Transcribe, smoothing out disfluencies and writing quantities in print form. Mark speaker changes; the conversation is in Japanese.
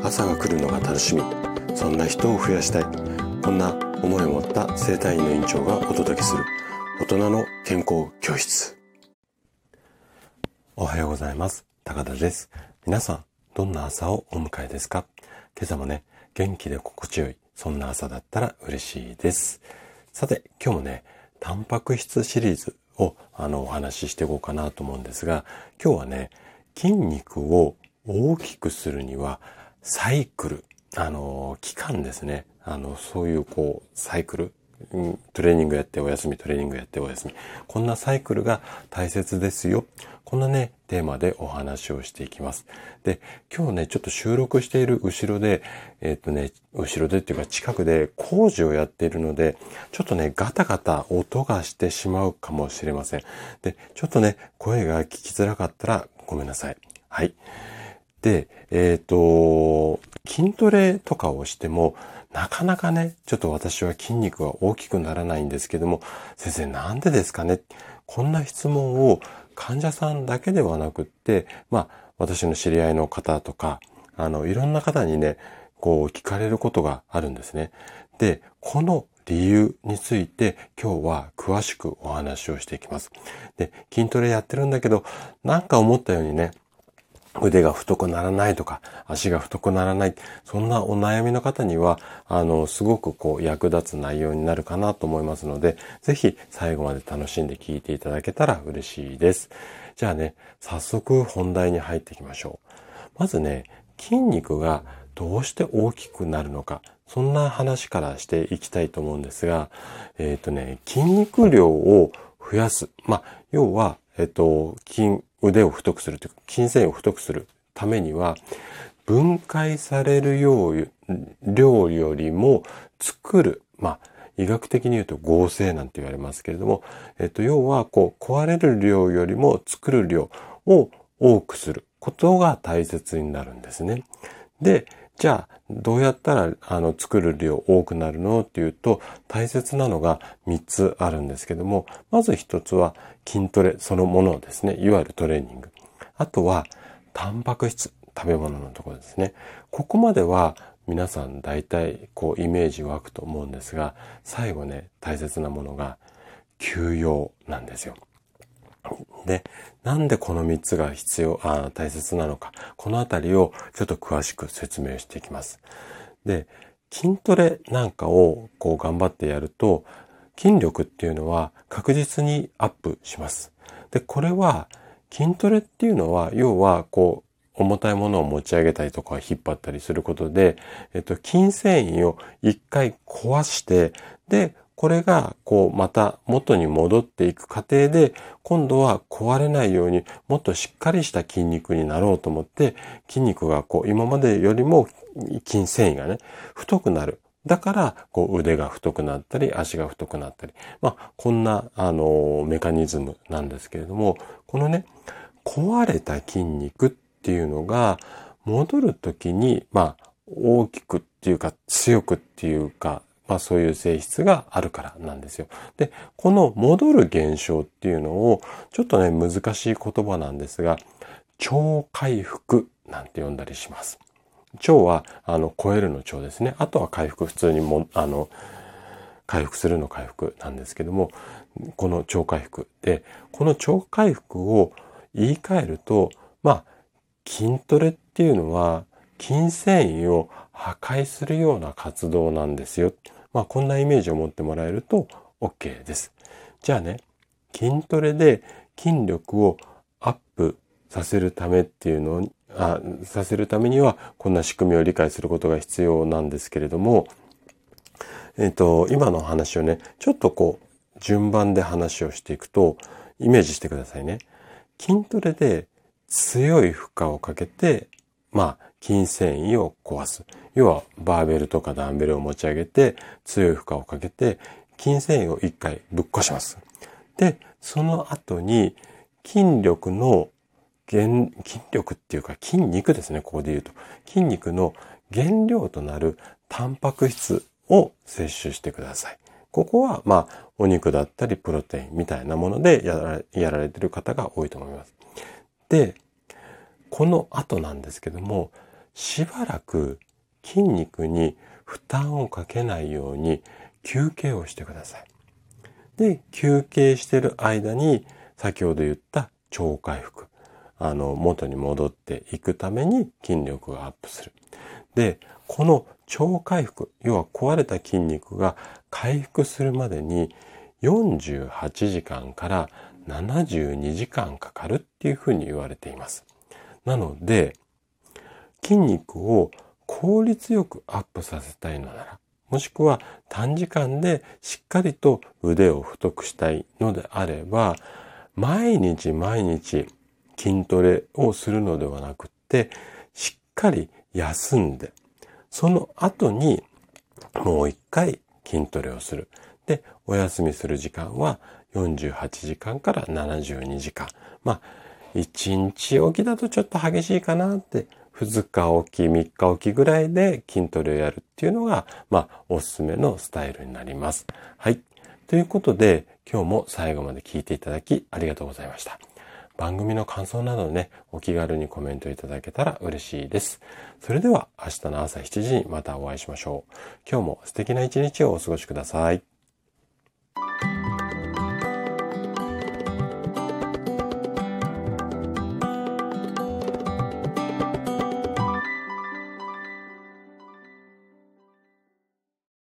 Speaker 1: 朝が来るのが楽しみ、そんな人を増やしたい、こんな思いを持った整体院の院長がお届けする大人の健康教室。おはようございます。高田です。皆さんどんな朝をお迎えですか？今朝もね、元気で心地よい、そんな朝だったら嬉しいです。さて、今日もね、タンパク質シリーズをお話ししていこうかなと思うんですが、今日はね、筋肉を大きくするにはサイクル、期間ですね。そういうサイクル、トレーニングやってお休み、トレーニングやってお休み。こんなサイクルが大切ですよ。こんなね、テーマでお話をしていきます。で、今日ね、ちょっと収録している後ろで、後ろでっていうか近くで工事をやっているので、ちょっとね、ガタガタ音がしてしまうかもしれません。で、ちょっとね、声が聞きづらかったらごめんなさい。はい。で、筋トレとかをしても、なかなかね、ちょっと私は筋肉が大きくならないんですけども、先生なんでですかね？こんな質問を患者さんだけではなくって、私の知り合いの方とか、いろんな方にね、聞かれることがあるんですね。で、この理由について今日は詳しくお話をしていきます。で、筋トレやってるんだけど、なんか思ったようにね、腕が太くならないとか、足が太くならない。そんなお悩みの方には、すごく役立つ内容になるかなと思いますので、ぜひ最後まで楽しんで聞いていただけたら嬉しいです。じゃあね、早速本題に入っていきましょう。まずね、筋肉がどうして大きくなるのか、そんな話からしていきたいと思うんですが、筋肉量を増やす。要は、腕を太くするというか、筋繊維を太くするためには、分解される量よりも作る、医学的に言うと合成なんて言われますけれども、要は、壊れる量よりも作る量を多くすることが大切になるんですね。で、じゃあ、どうやったら、作る量多くなるのっていうと、大切なのが3つあるんですけども、まず1つは筋トレそのものですね。いわゆるトレーニング。あとは、タンパク質、食べ物のところですね。ここまでは皆さん大体イメージ湧くと思うんですが、最後ね、大切なものが休養なんですよ。で、なんでこの3つが大切なのか、このあたりをちょっと詳しく説明していきます。で、筋トレなんかを頑張ってやると、筋力っていうのは確実にアップします。で、これは筋トレっていうのは、要は重たいものを持ち上げたりとか引っ張ったりすることで、筋繊維を一回壊して、で、これがまた元に戻っていく過程で、今度は壊れないようにもっとしっかりした筋肉になろうと思って、筋肉が今までよりも筋繊維がね、太くなる。だから、腕が太くなったり、足が太くなったり。こんな、メカニズムなんですけれども、このね、壊れた筋肉っていうのが、戻るときに、大きくっていうか、強くっていうか、そういう性質があるからなんですよ。で、この戻る現象っていうのを、ちょっとね、難しい言葉なんですが、超回復なんて呼んだりします。超は、超えるの超ですね。あとは回復、普通に回復するの回復なんですけども、この超回復で、この超回復を言い換えると、筋トレっていうのは、筋繊維を破壊するような活動なんですよ。こんなイメージを持ってもらえると OK です。じゃあね、筋トレで筋力をアップさせるためっていうのを、させるためには、こんな仕組みを理解することが必要なんですけれども、今の話をね、ちょっと順番で話をしていくと、イメージしてくださいね。筋トレで強い負荷をかけて、筋繊維を壊す。要は、バーベルとかダンベルを持ち上げて、強い負荷をかけて、筋繊維を一回ぶっ壊します。で、その後に、筋力っていうか筋肉ですね、ここで言うと。筋肉の原料となるタンパク質を摂取してください。ここは、お肉だったりプロテインみたいなものでやられている方が多いと思います。で、この後なんですけども、 しばらく筋肉に負担をかけないように休憩をしてください。で、休憩してる間に先ほど言った超回復、元に戻っていくために筋力がアップする。で、この超回復、要は壊れた筋肉が回復するまでに48時間から72時間かかるっていうふうに言われています。なので、筋肉を効率よくアップさせたいのなら、もしくは短時間でしっかりと腕を太くしたいのであれば、毎日筋トレをするのではなくって、しっかり休んで、その後にもう一回筋トレをする。で、お休みする時間は48時間から72時間。1日おきだとちょっと激しいかなって、2日おき、3日おきぐらいで筋トレをやるっていうのが、おすすめのスタイルになります。はい。ということで、今日も最後まで聞いていただきありがとうございました。番組の感想などね、お気軽にコメントいただけたら嬉しいです。それでは明日の朝7時にまたお会いしましょう。今日も素敵な一日をお過ごしください。